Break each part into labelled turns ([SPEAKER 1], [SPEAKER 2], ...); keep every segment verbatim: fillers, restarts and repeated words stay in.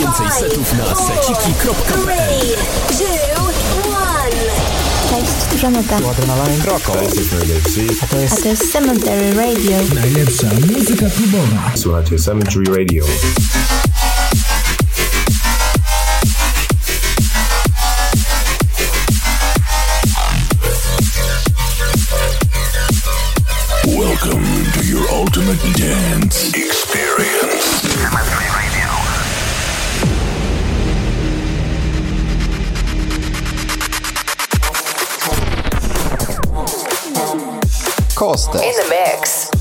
[SPEAKER 1] Więcej setów na seciki kropka p l.
[SPEAKER 2] Cześć, Żaneta.
[SPEAKER 3] Tu Adrenaline.
[SPEAKER 4] Kroko.
[SPEAKER 2] A to jest, A to jest Cemetery Radio.
[SPEAKER 1] Najlepsza muzyka klubowa.
[SPEAKER 4] Słuchajcie Cemetery Radio.
[SPEAKER 1] Welcome to your ultimate dance experience. Cemetery Radio.
[SPEAKER 3] Kostek.
[SPEAKER 5] In the mix.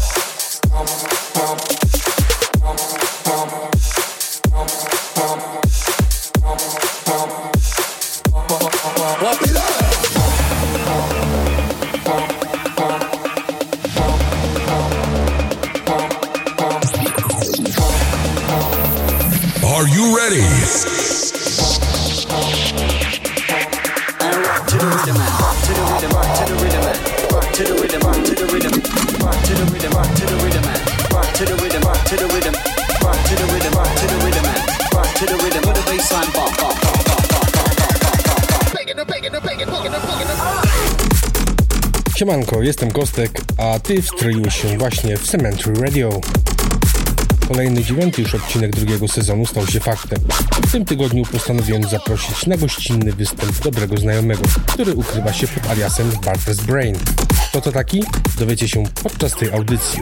[SPEAKER 1] Are you ready?
[SPEAKER 6] To the rhythm, to the rhythm, to the rhythm, rock to the rhythm, rock to the rhythm, rock to the rhythm, rock to the rhythm, rock to the rhythm, rock to the rhythm, rock to the rhythm, rock to the rhythm, rock to the rhythm, with the bassline bump, bump, bump, bump, bump, bump, bump, bang it, bang it, bang it, bang it, bang it.
[SPEAKER 7] Siemanko, jestem Kostek, a ty wstroiłeś się właśnie w Cemetery Radio. Kolejny dziewiąty już odcinek drugiego sezonu stał się faktem. W tym tygodniu postanowiłem zaprosić na gościnny występ dobrego znajomego, który ukrywa się pod aliasem Barter's Brain. Kto to taki? Dowiecie się podczas tej audycji.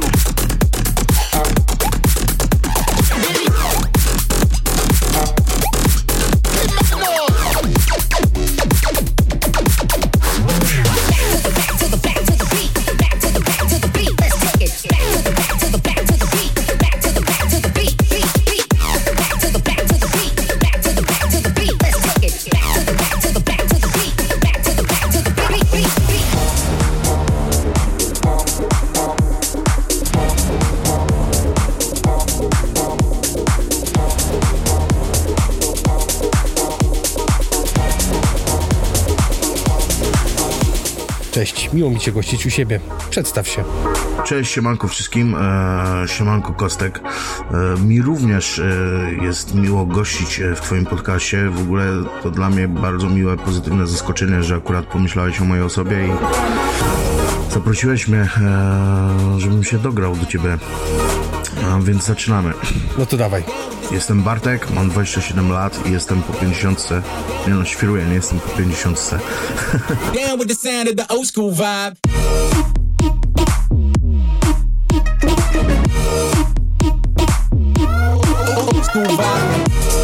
[SPEAKER 7] Cześć, miło mi Cię gościć u siebie. Przedstaw się.
[SPEAKER 8] Cześć, siemanko wszystkim, e, siemanko Kostek. E, mi również e, jest miło gościć w Twoim podcaście. W ogóle to dla mnie bardzo miłe, pozytywne zaskoczenie, że akurat pomyślałeś o mojej osobie i zaprosiłeś mnie, e, żebym się dograł do Ciebie. A więc zaczynamy.
[SPEAKER 7] No to dawaj.
[SPEAKER 8] Jestem Bartek, mam dwadzieścia siedem lat i jestem po pięćdziesiątce. Nie no, świruję, nie jestem po pięćdziesiątce.
[SPEAKER 9] Down with the sound of the old school vibe. Old school vibe.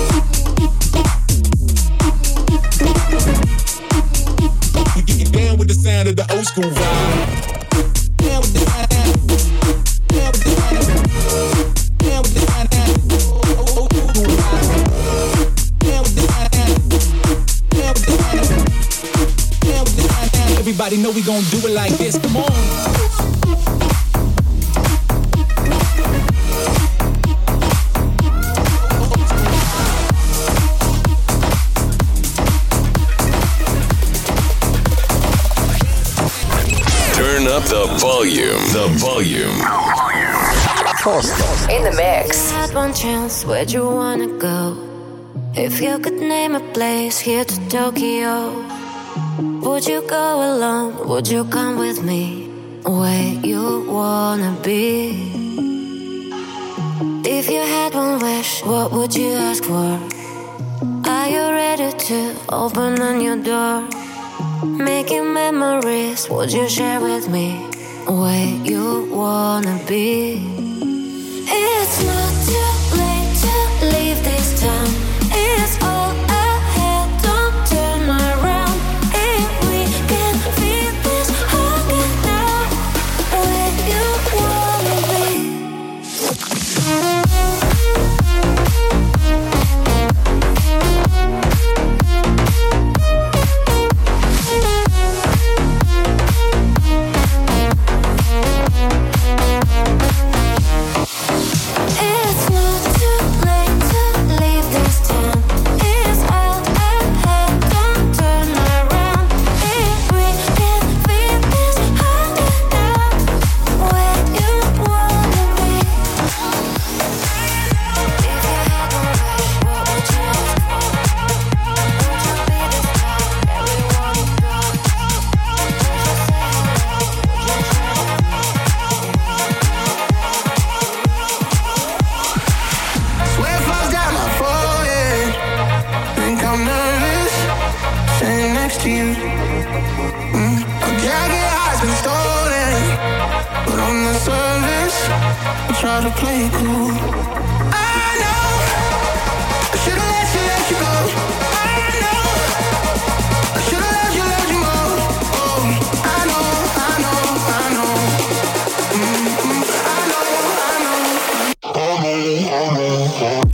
[SPEAKER 9] You get down with the sound of the old school vibe. Down with the down with the down with the everybody know we gon' do it like this. Come on.
[SPEAKER 1] Turn up the volume. The volume.
[SPEAKER 5] In the mix.
[SPEAKER 10] Had one chance, where'd you wanna go? If you could name a place here to Tokyo, would you go alone? Would you come with me? Where you wanna be? If you had one wish, what would you ask for? Are you ready to open on your door? Making memories, would you share with me? Where you wanna be? It's not too late to leave this town. It's all ahead, don't turn around. If we can feel this hunger now, where you wanna be?
[SPEAKER 4] to play it cool. I know I should've let you, let you go. I know I should've loved you, loved you more. Oh, I know, I know, I know. Mm-hmm. I know, I know. I know, I know.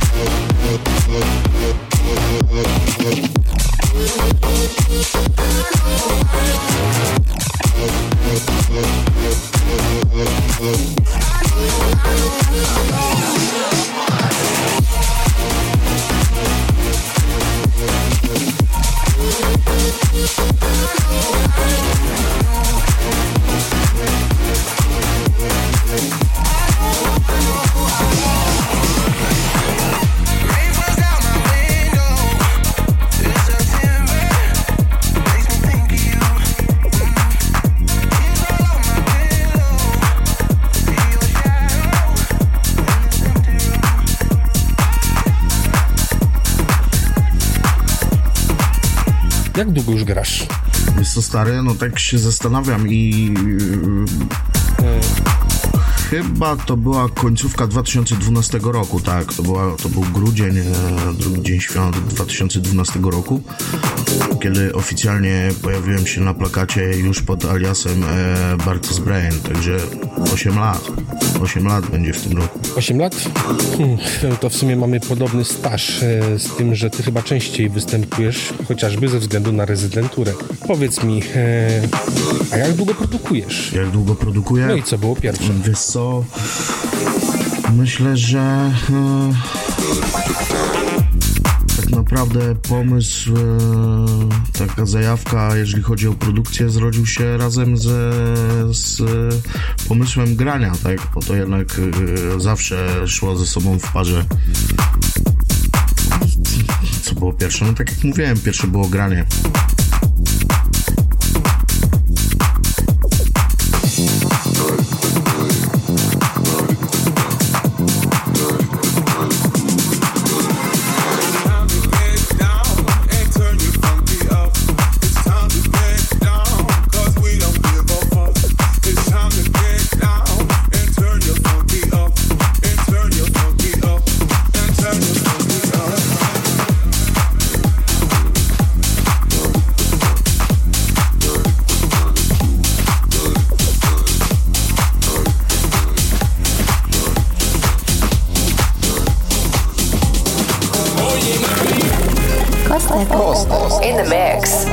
[SPEAKER 7] Jak długo już grasz?
[SPEAKER 8] Jest to stary, no tak się zastanawiam i yy, chyba to była końcówka dwa tysiące dwunastego roku, tak, to, była, to był grudzień, e, drugi dzień świąt dwa tysiące dwunastego roku, kiedy oficjalnie pojawiłem się na plakacie już pod aliasem e, Bartos Brain, także osiem lat. osiem lat będzie w tym roku.
[SPEAKER 7] osiem lat? Hmm, to w sumie mamy podobny staż, e, z tym, że ty chyba częściej występujesz, chociażby ze względu na rezydenturę. Powiedz mi, e, a jak długo produkujesz?
[SPEAKER 8] Jak długo produkuję?
[SPEAKER 7] No i co było pierwsze?
[SPEAKER 8] Wiesz co, myślę, że e, tak naprawdę pomysł, e, taka zajawka, jeżeli chodzi o produkcję, zrodził się razem ze, z pomysłem grania, tak? Bo to jednak e, zawsze szło ze sobą w parze. Co było pierwsze? No tak jak mówiłem, pierwsze było granie.
[SPEAKER 2] In the mix.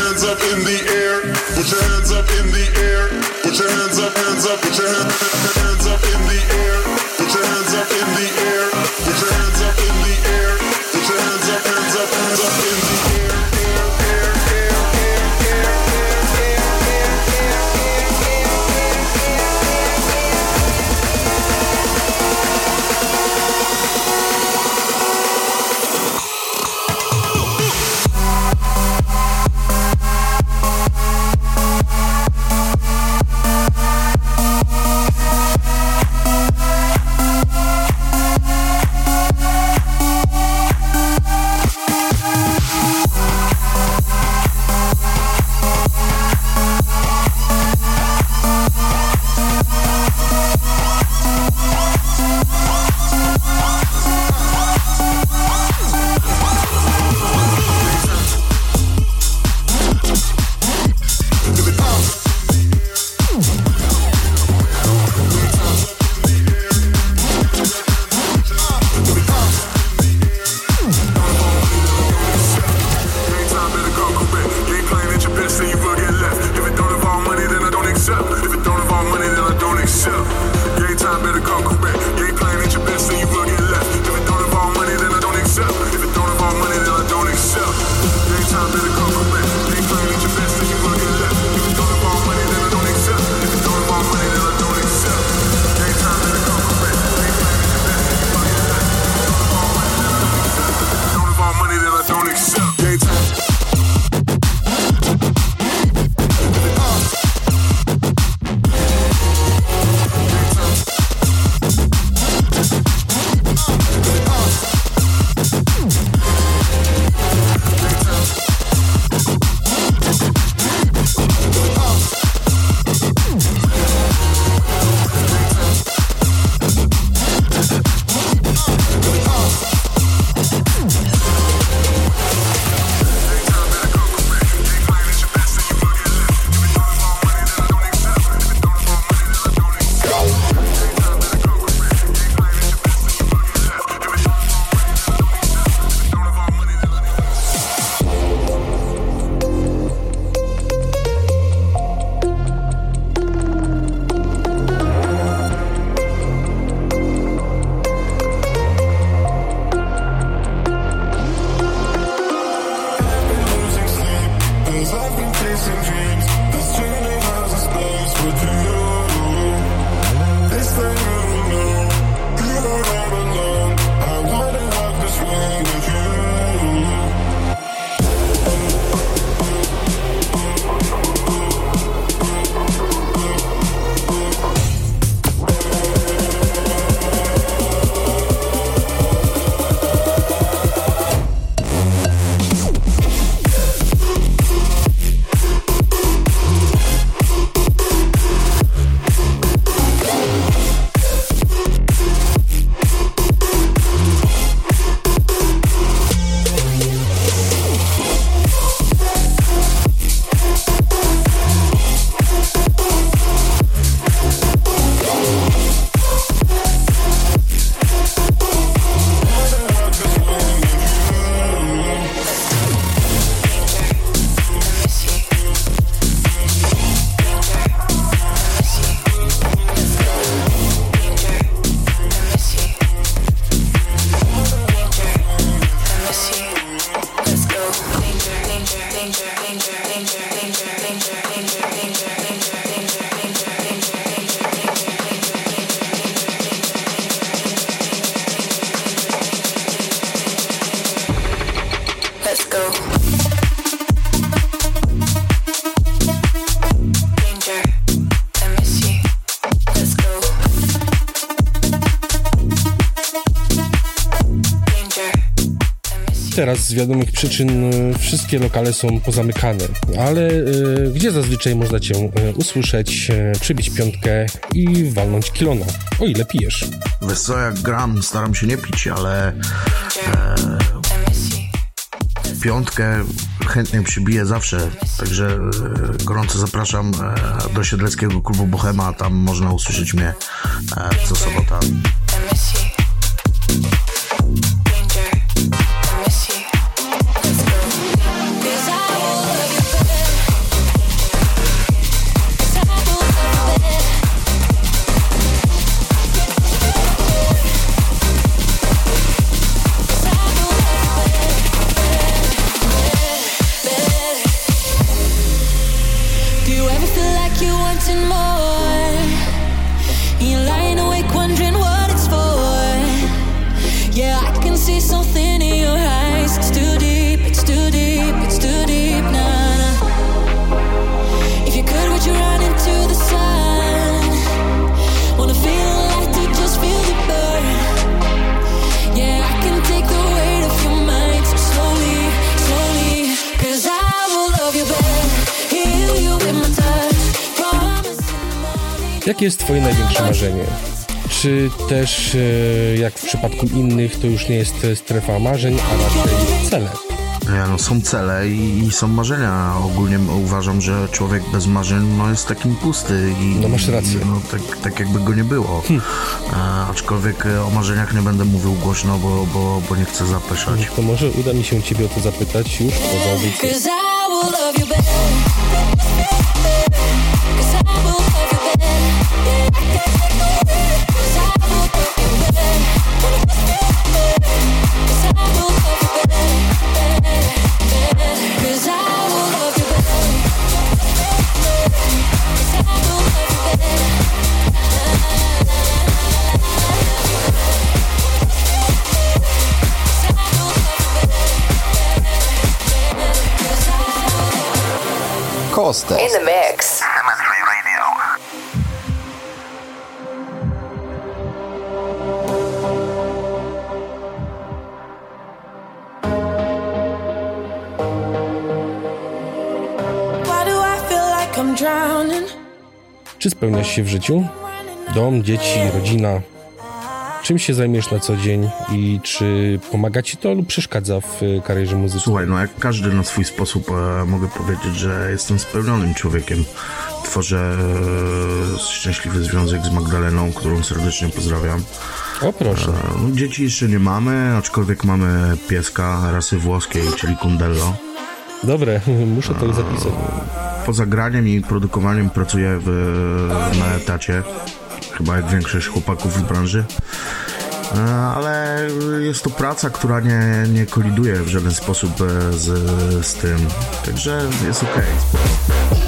[SPEAKER 9] hands up in the air. Put your hands up in the air. Put your hands up, hands up. Put your hand, hands up in the air. Put your hands up in the air. Put your hands up in the air. Put your hands up, hands up, hands up in the air.
[SPEAKER 7] Teraz z wiadomych przyczyn wszystkie lokale są pozamykane, ale y, gdzie zazwyczaj można cię y, usłyszeć, y, przybić piątkę i walnąć kilona, o ile pijesz.
[SPEAKER 8] Wiesz co, jak gram, staram się nie pić, ale e, piątkę chętnie przybiję zawsze, także e, gorąco zapraszam e, do Siedleckiego Klubu Bohema, tam można usłyszeć mnie e, co sobota.
[SPEAKER 7] Jakie jest twoje największe marzenie? Czy też, jak w przypadku innych, to już nie jest strefa marzeń, a raczej cele?
[SPEAKER 8] Ja, no, są cele i, i są marzenia. Ogólnie uważam, że człowiek bez marzeń no, jest takim pusty. I,
[SPEAKER 7] no masz rację.
[SPEAKER 8] I, no, tak, tak jakby go nie było. Hmm. A, aczkolwiek o marzeniach nie będę mówił głośno, bo, bo, bo nie chcę zapeszać.
[SPEAKER 7] To może uda mi się ciebie o to zapytać już poza audycją.
[SPEAKER 3] Kostek.
[SPEAKER 5] In the mix.
[SPEAKER 7] Czy spełniasz się w życiu? Dom, dzieci, rodzina. Czym się zajmiesz na co dzień i czy pomaga ci to lub przeszkadza w karierze muzycznej?
[SPEAKER 8] Słuchaj, no jak każdy na swój sposób e, mogę powiedzieć, że jestem spełnionym człowiekiem. Tworzę e, szczęśliwy związek z Magdaleną, którą serdecznie pozdrawiam.
[SPEAKER 7] O proszę.
[SPEAKER 8] E, no, dzieci jeszcze nie mamy, aczkolwiek mamy pieska rasy włoskiej, czyli Kundello.
[SPEAKER 7] Dobre, muszę to zapisać.
[SPEAKER 8] Poza graniem i produkowaniem pracuję w, na etacie. Chyba jak większość chłopaków w branży, ale jest to praca, która nie, nie koliduje w żaden sposób z, z tym, także jest okej. Okay.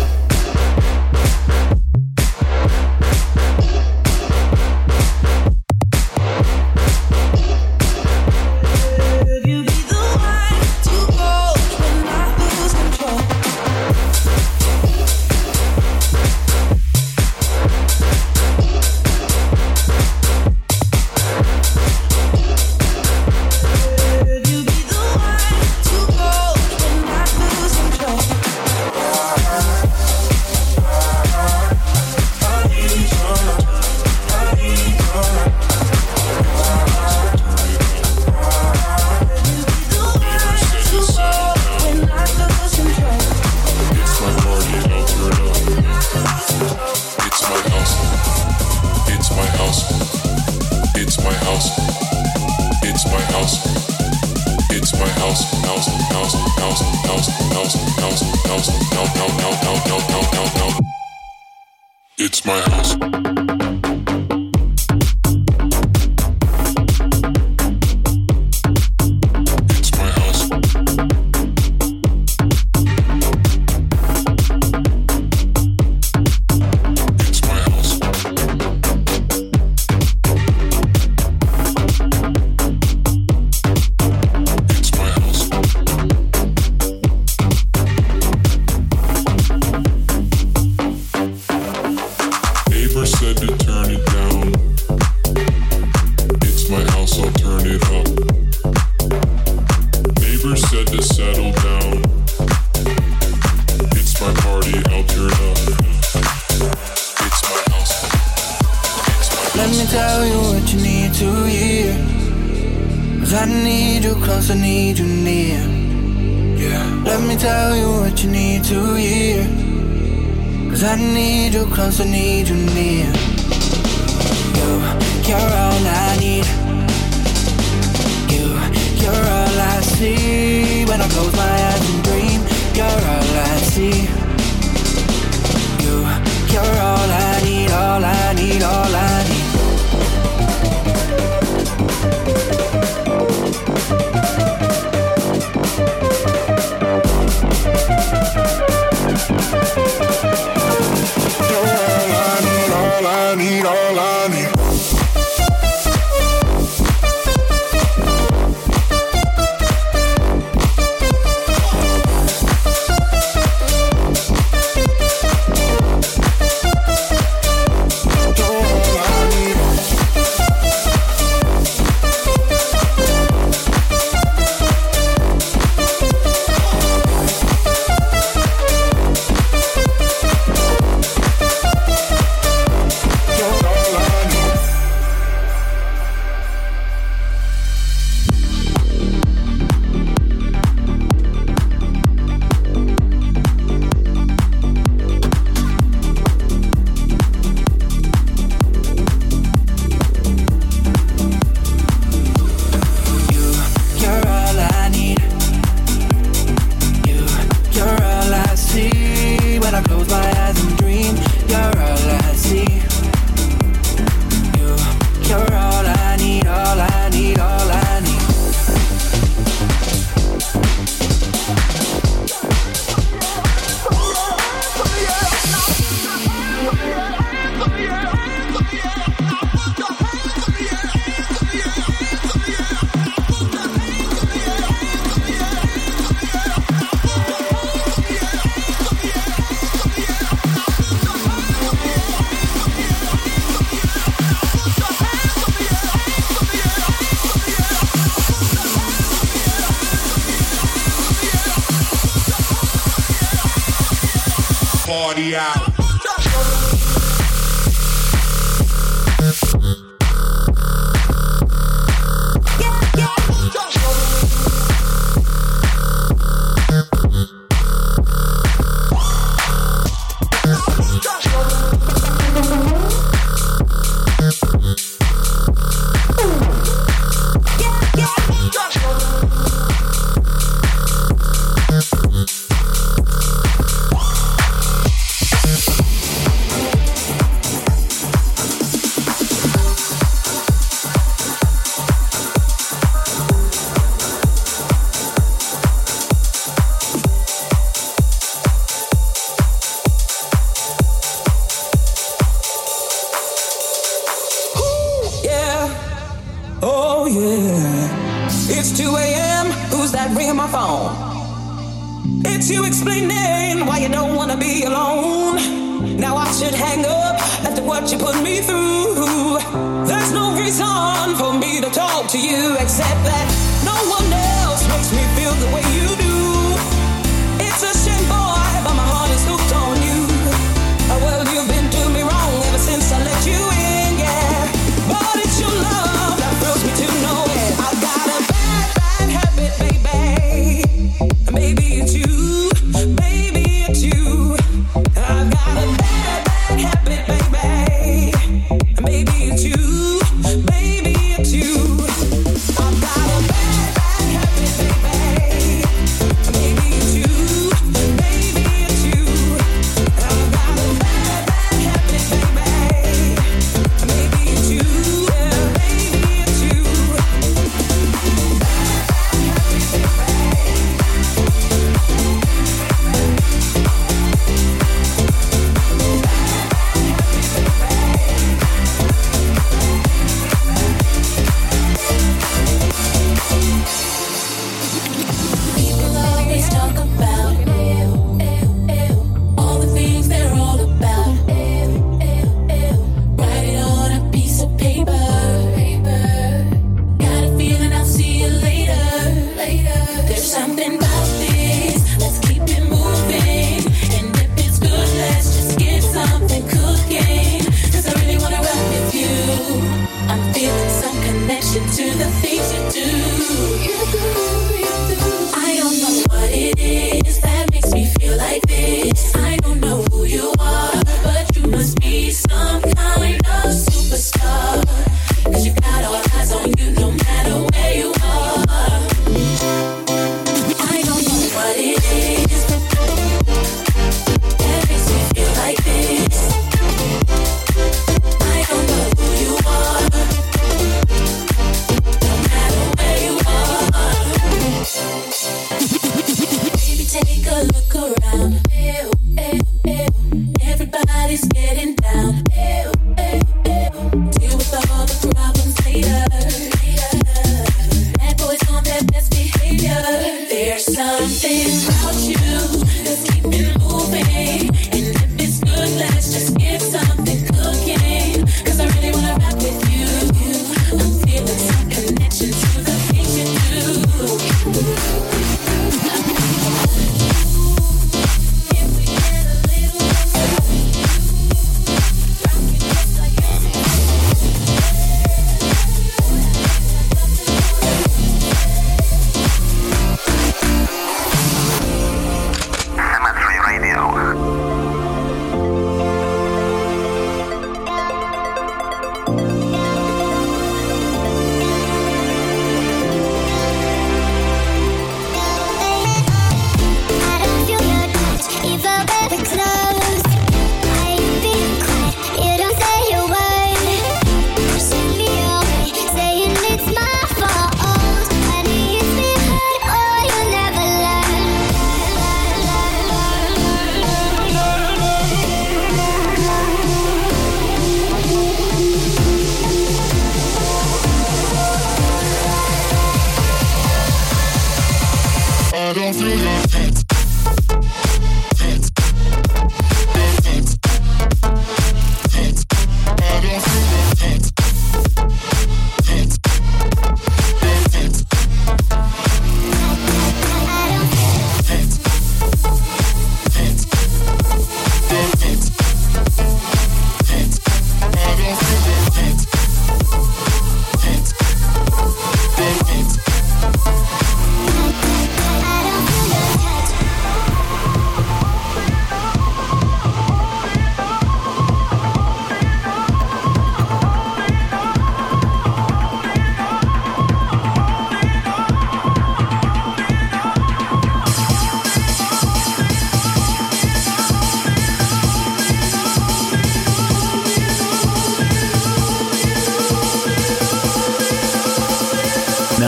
[SPEAKER 9] It's my house. party out.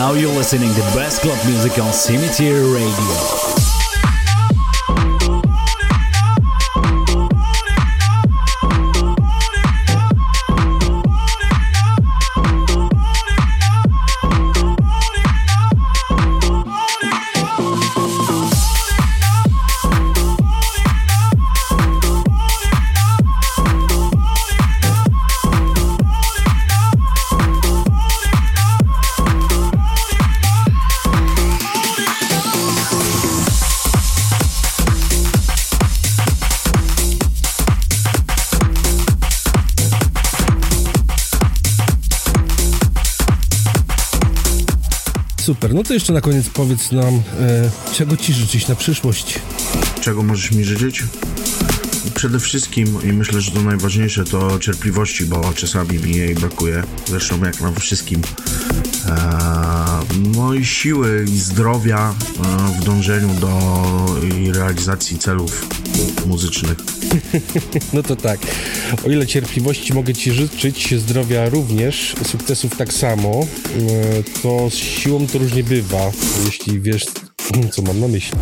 [SPEAKER 5] Now you're listening to the best club music on Cemetery Radio.
[SPEAKER 7] Super, no to jeszcze na koniec powiedz nam, e, czego ci życzyć na przyszłość?
[SPEAKER 8] Czego możesz mi życzyć? Przede wszystkim, i myślę, że to najważniejsze, to cierpliwości, bo czasami mi jej brakuje, zresztą jak nam wszystkim. E, no i siły i zdrowia e, w dążeniu do i realizacji celów muzycznych.
[SPEAKER 7] No to tak, o ile cierpliwości mogę ci życzyć, zdrowia również, sukcesów tak samo, to z siłą to różnie bywa, jeśli wiesz, co mam na myśli.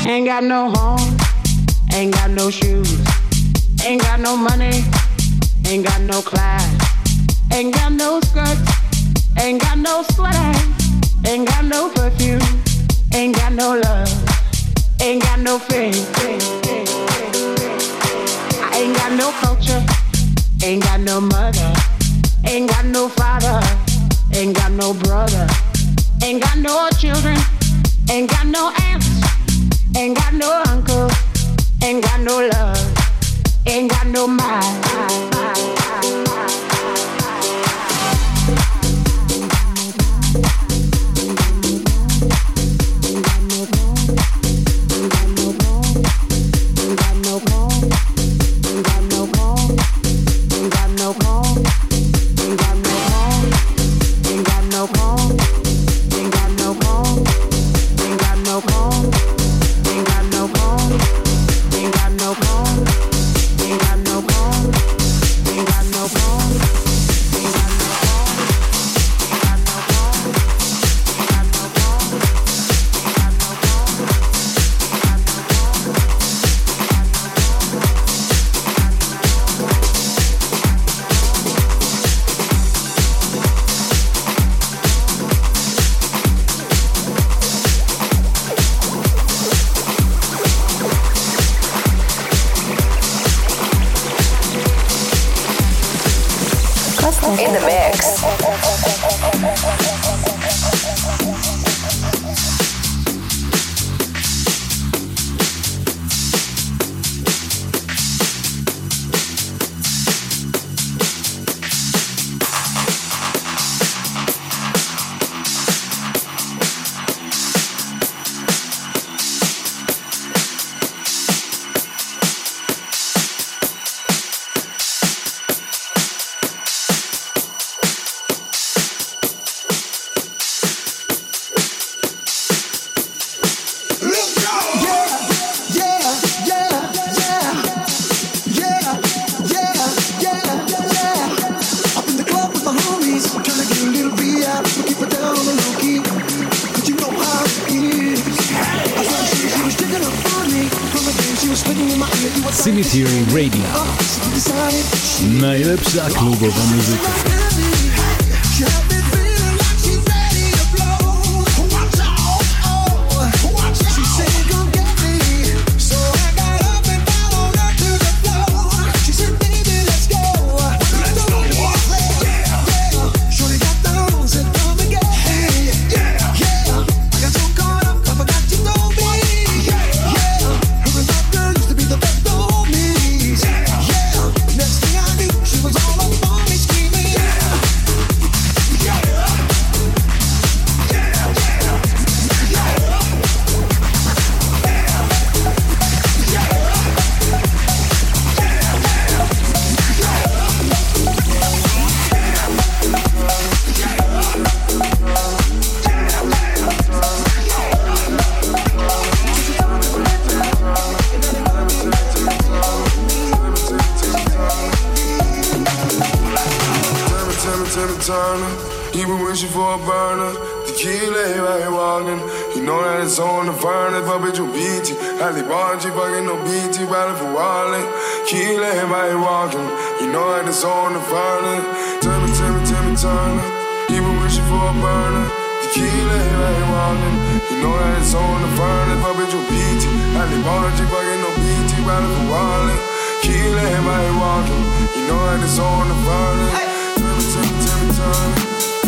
[SPEAKER 11] Ain't got no home, ain't got no shoes, ain't got no money, ain't got no class, ain't got no skirts, ain't got no sweater, ain't got no perfume, ain't got no love, ain't got no faith. I ain't got no culture, ain't got no mother, ain't got no father, ain't got no brother, ain't got no children, ain't got no aunts, ain't got no uncle, ain't got no love, ain't got no mind.
[SPEAKER 2] In the mix.
[SPEAKER 5] Cemetery Radio. Najlepsza klubowa muzyka.
[SPEAKER 9] He been wishing for a burner. Tequila, right walking. He know that it's on the furnace. But bitch, you beat it. Ali Bonji, fucking no B T, riding for wallet. Tequila, everybody walking. You know that it's on the furnace. Tell me, tell me, tell me, Turner. He been wishing for a burner. Tequila, right walking. You know that it's on the furnace. But bitch, you beat it. Ali Bonji, fucking no B T, riding for wallet. Tequila, everybody walking. You know that it's on the furnace. Tell me, tell me, tell me, Turner.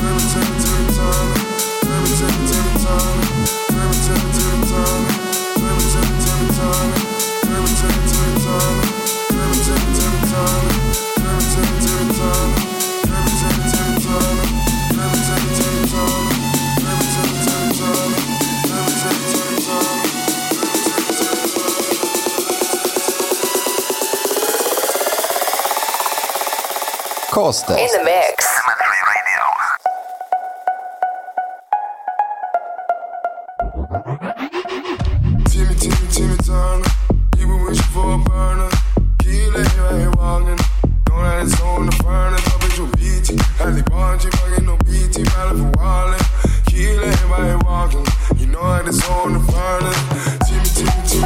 [SPEAKER 3] Kostek.
[SPEAKER 2] In the mix.
[SPEAKER 9] Timmy, Timmy, Timmy Turner. You been wishing for a burner. Key lay right walking. Know that it's on the furnace. Up at your B T. Ali Bonji, fucking no B T. Rally for wallet. Key lay right walking. You know that it's on the furnace. Timmy, Timmy, Timmy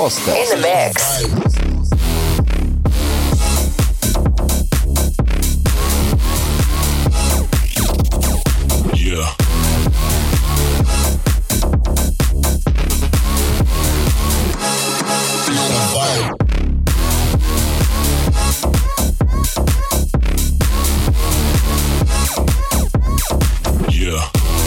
[SPEAKER 3] Costa
[SPEAKER 2] in the mix.
[SPEAKER 1] Yeah. Yeah.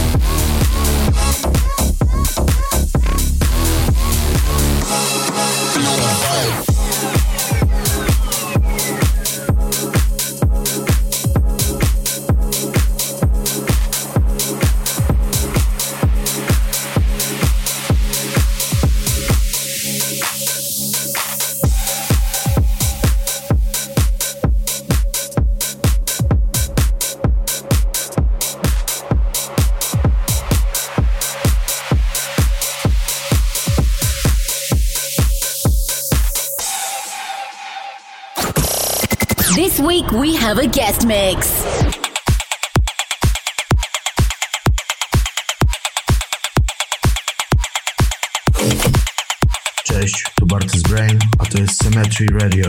[SPEAKER 12] This week we have a guest mix.
[SPEAKER 8] Cześć, tu Bart's Brain, a to jest Symmetry Radio.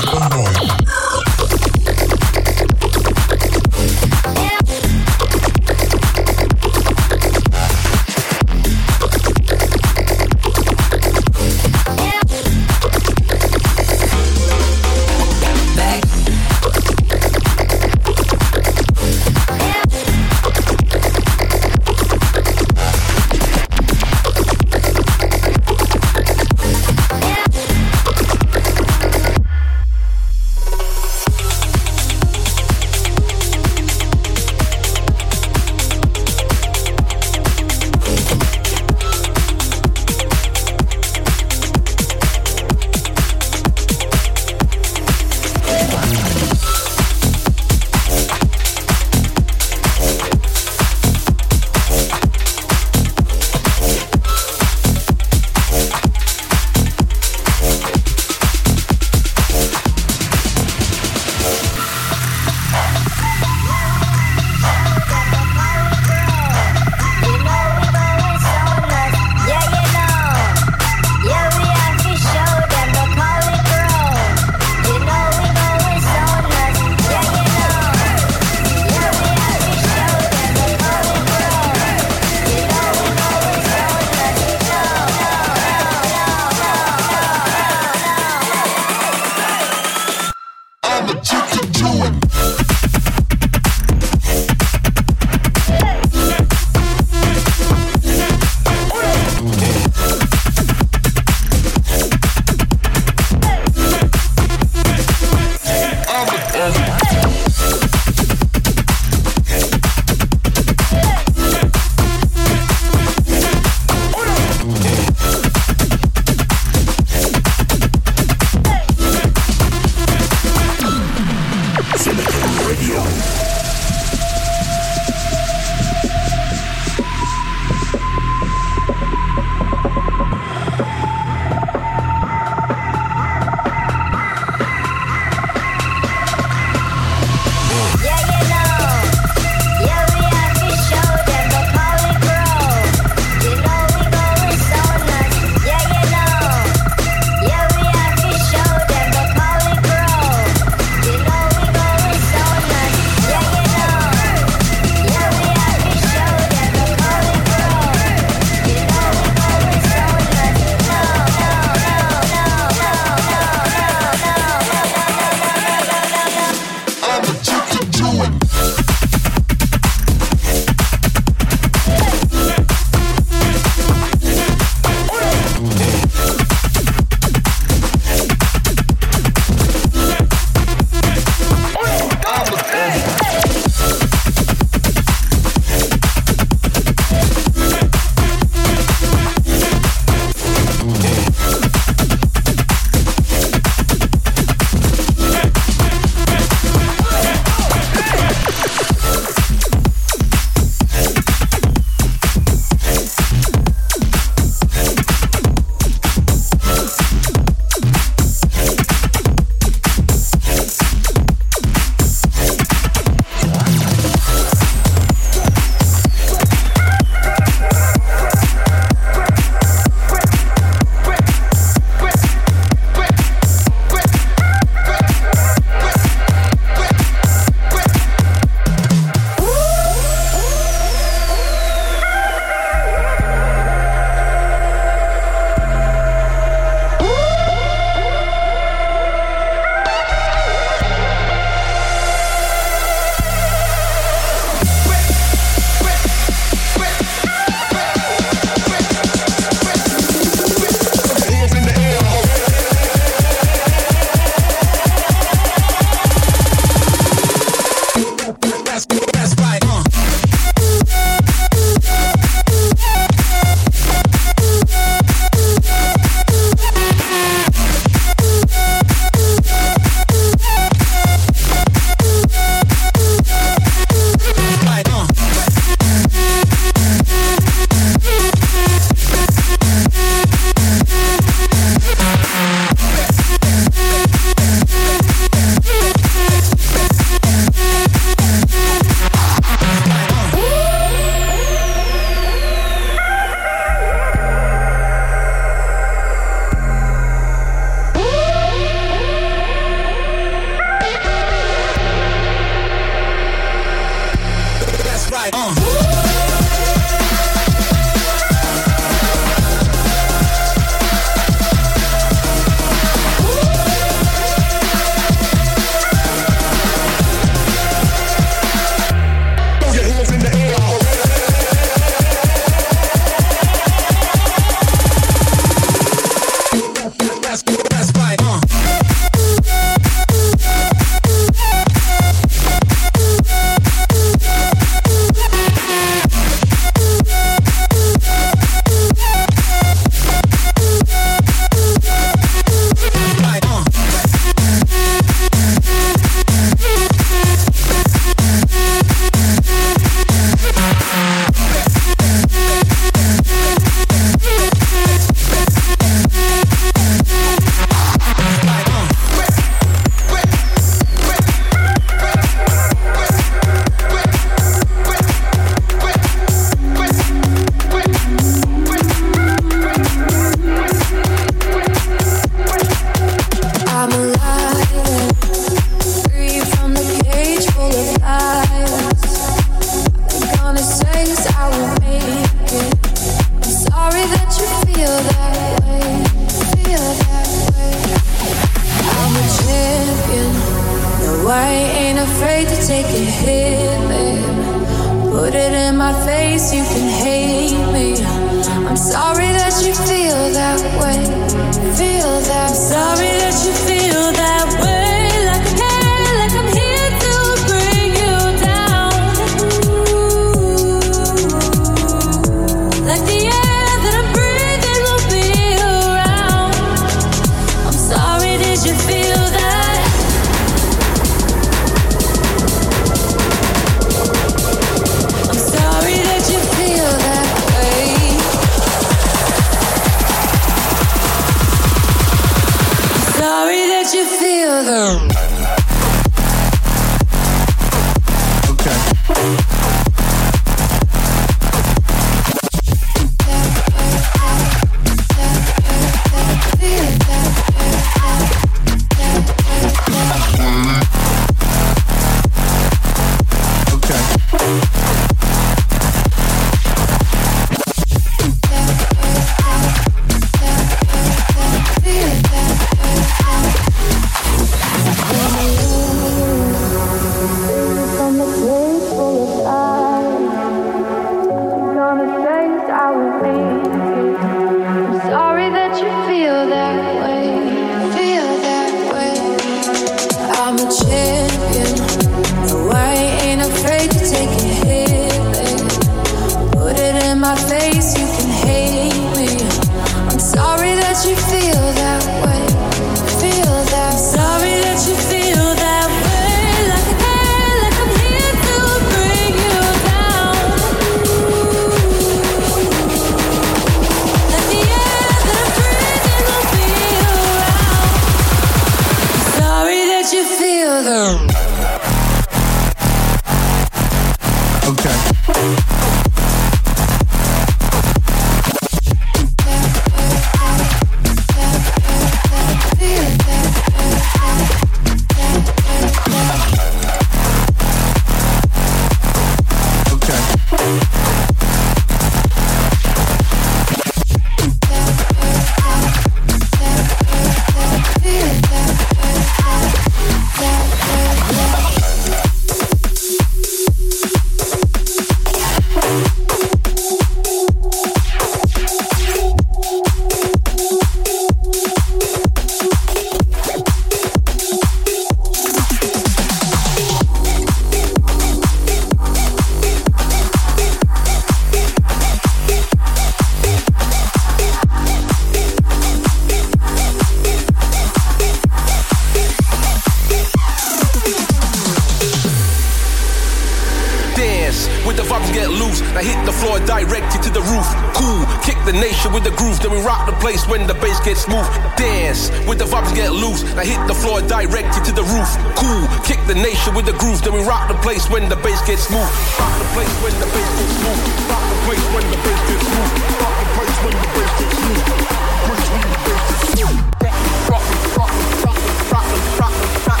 [SPEAKER 13] with the vibes get loose. Now hit the floor, directed to the roof. Cool, kick the nation with the groove. Then we rock the place when the bass gets smooth. Dance with the vibes get loose. Now hit the floor, directed to the roof. Cool, kick the nation with the groove. Then we rock the place when the bass gets smooth. Rock the place when the bass gets smooth. Rock the place when the bass gets smooth. Rock the place when the bass gets smooth. Place when the bass gets smooth. Rock, rock, rock, rock, rock, rock,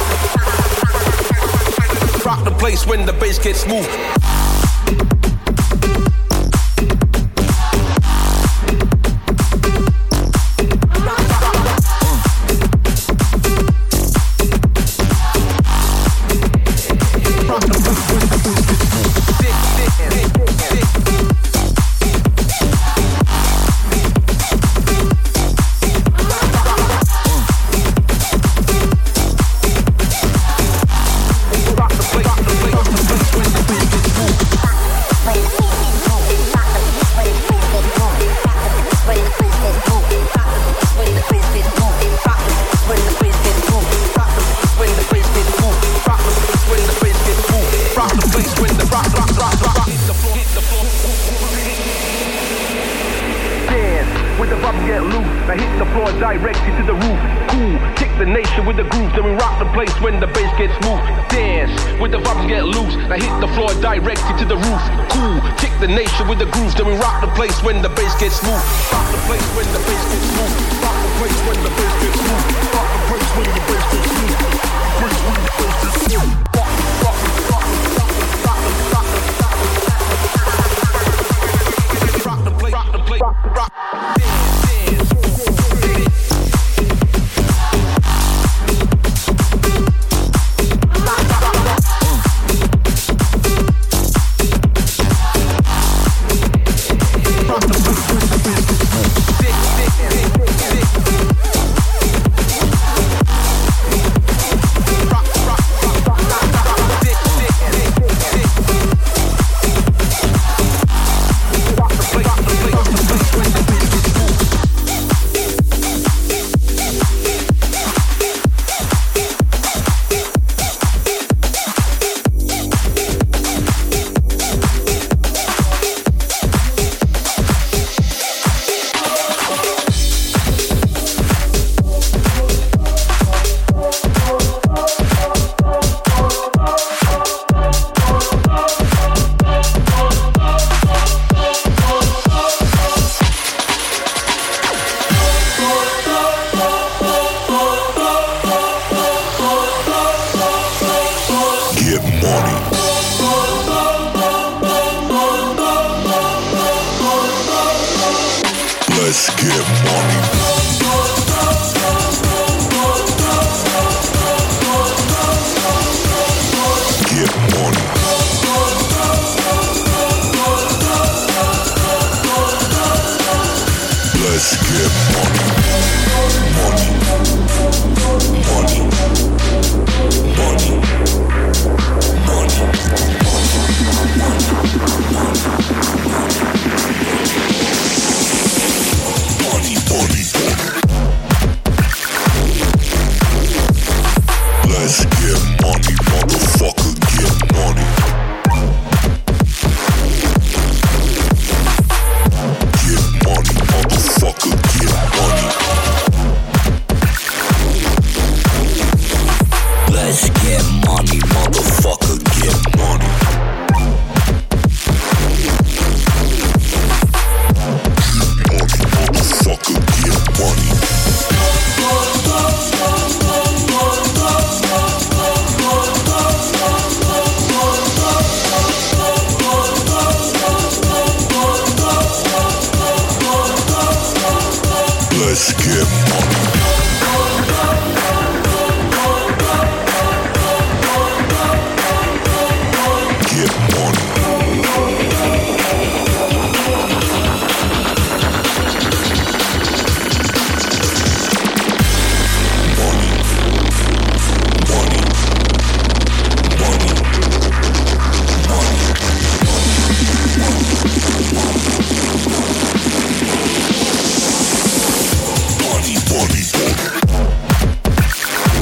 [SPEAKER 13] rock, rock the place when the bass gets smooth. When the bass gets smooth, rock the place when the bass gets smooth, rock the place when the bass gets smooth, rock the place when the bass gets smooth, place when the bass gets smooth, rock, rock, rock, rock, rock, rock the place, rock the place, rock, rock,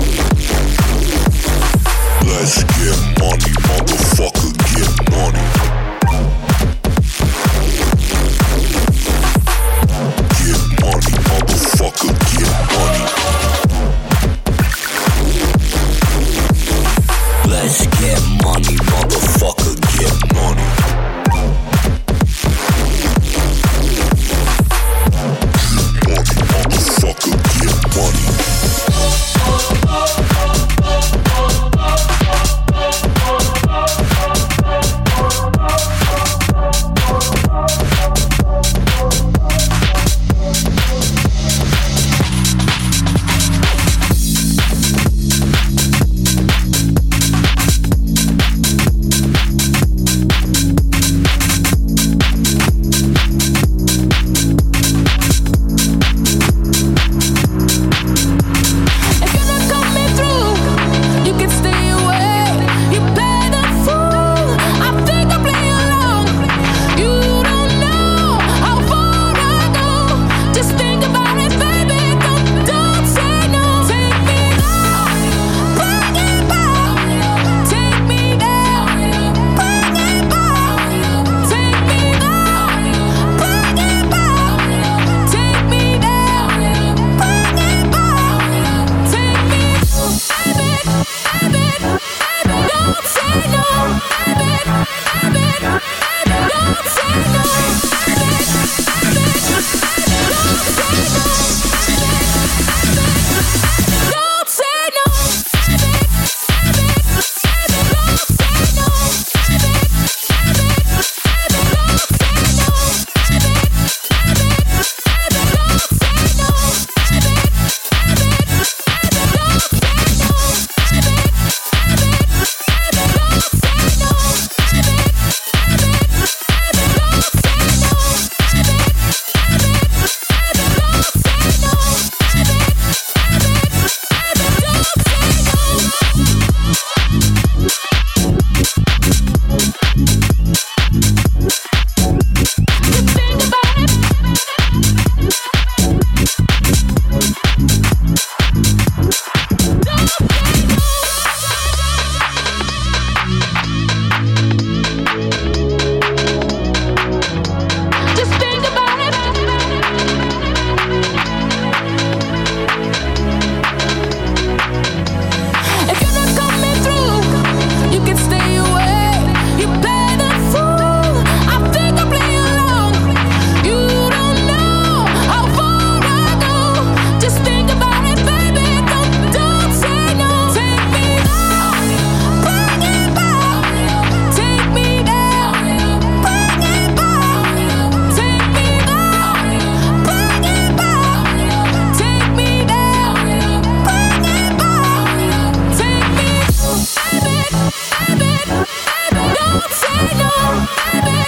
[SPEAKER 9] Let's get money, motherfucker, get money.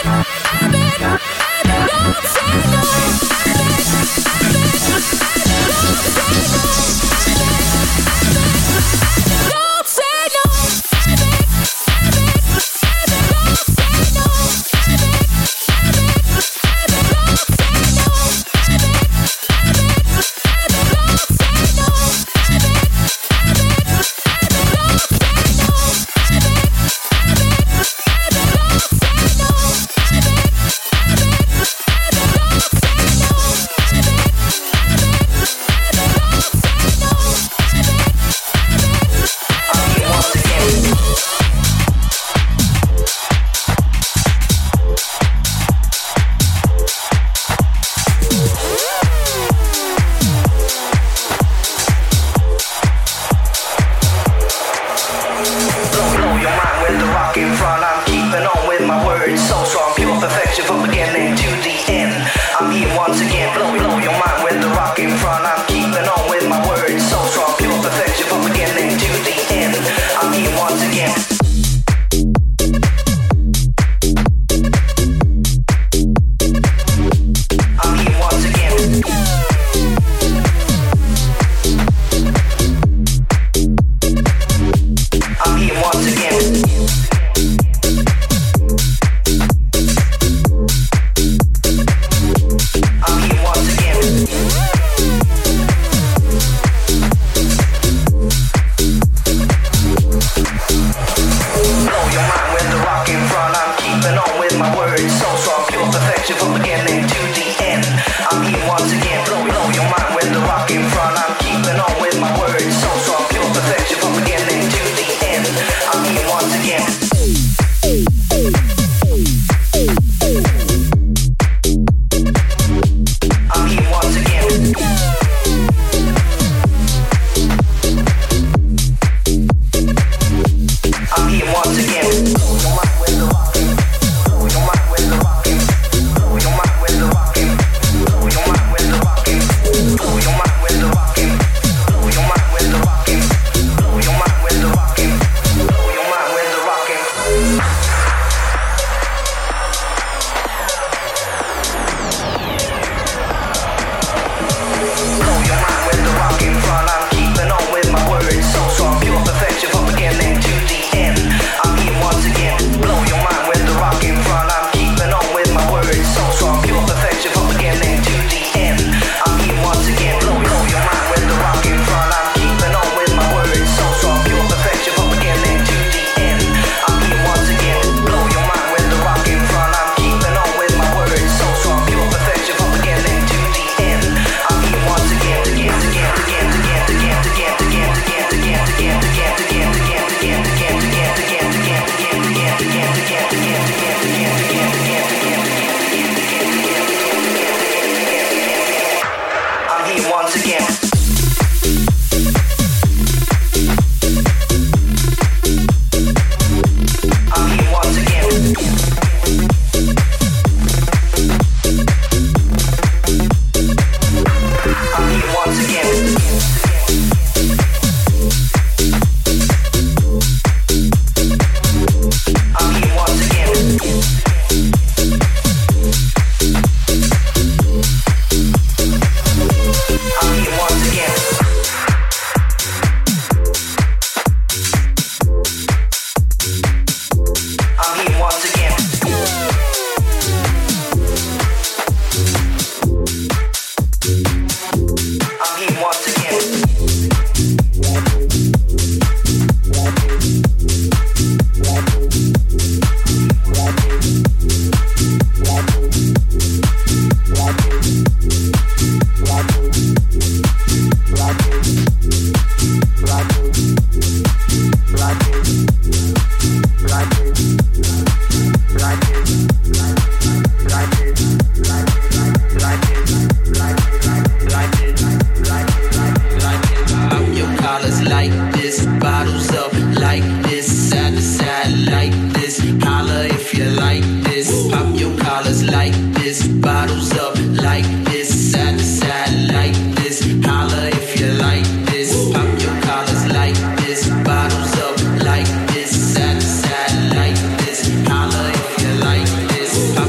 [SPEAKER 14] Like this,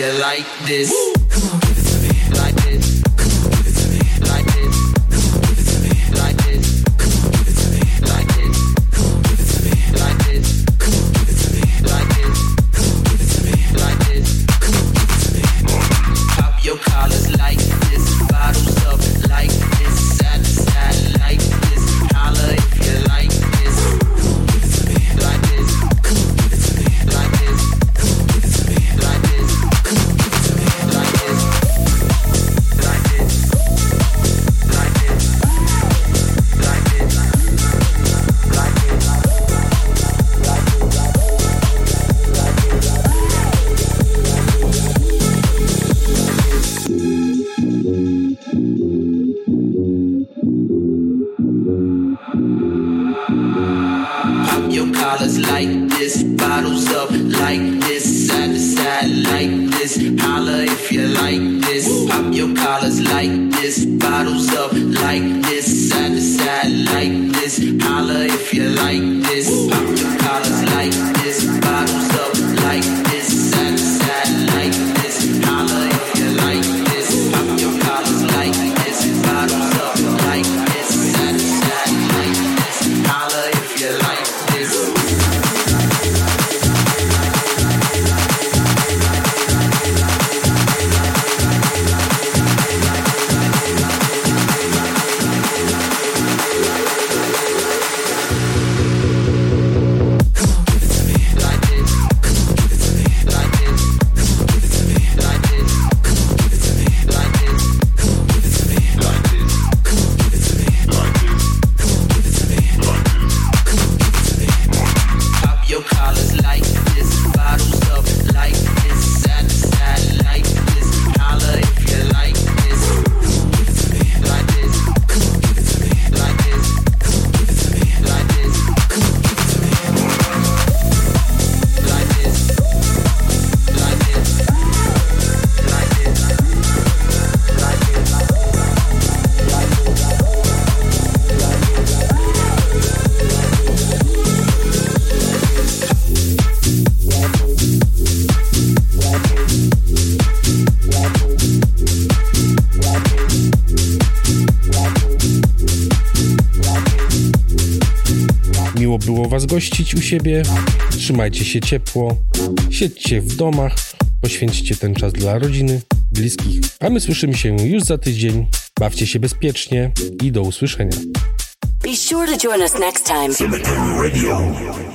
[SPEAKER 14] you like this. Come on, give it to me. Like this. Come on, give it to me. Like this. Come on, give it to me. Like this. Come on, give it to me. Like this. Come on, give it to me. Like this. Come on, give it to me. Like this. Come on, give it to me. Like this. Come on, give it to me. Pop your collars like this. Bottles up like this. Side to side like this. Holla if you like this. Come on, give it to me. Like this. Come on, give it to me. Like this. Come on, give it to me. Like this. Come on, give it to me. Like this. Like this. Like this. Like this. Like this. Pop your collars like this, bottles up like this, side to side like this. Holla if you like this. Pop your collars like this, bottles up like this, side to side like this. Holla if you like this. Pop your collars like this, bottles up like this, side to side like this. Holla if you like this. Pop your collars like this, bottles up like this, side to side like this. Holla if you like this.
[SPEAKER 7] Miło było Was gościć u siebie. Trzymajcie się ciepło. Siedźcie w domach. Poświęćcie ten czas dla rodziny, bliskich. A my słyszymy się już za tydzień. Bawcie się bezpiecznie i do usłyszenia.
[SPEAKER 12] Be sure to join us next time.
[SPEAKER 1] Cemetery Radio.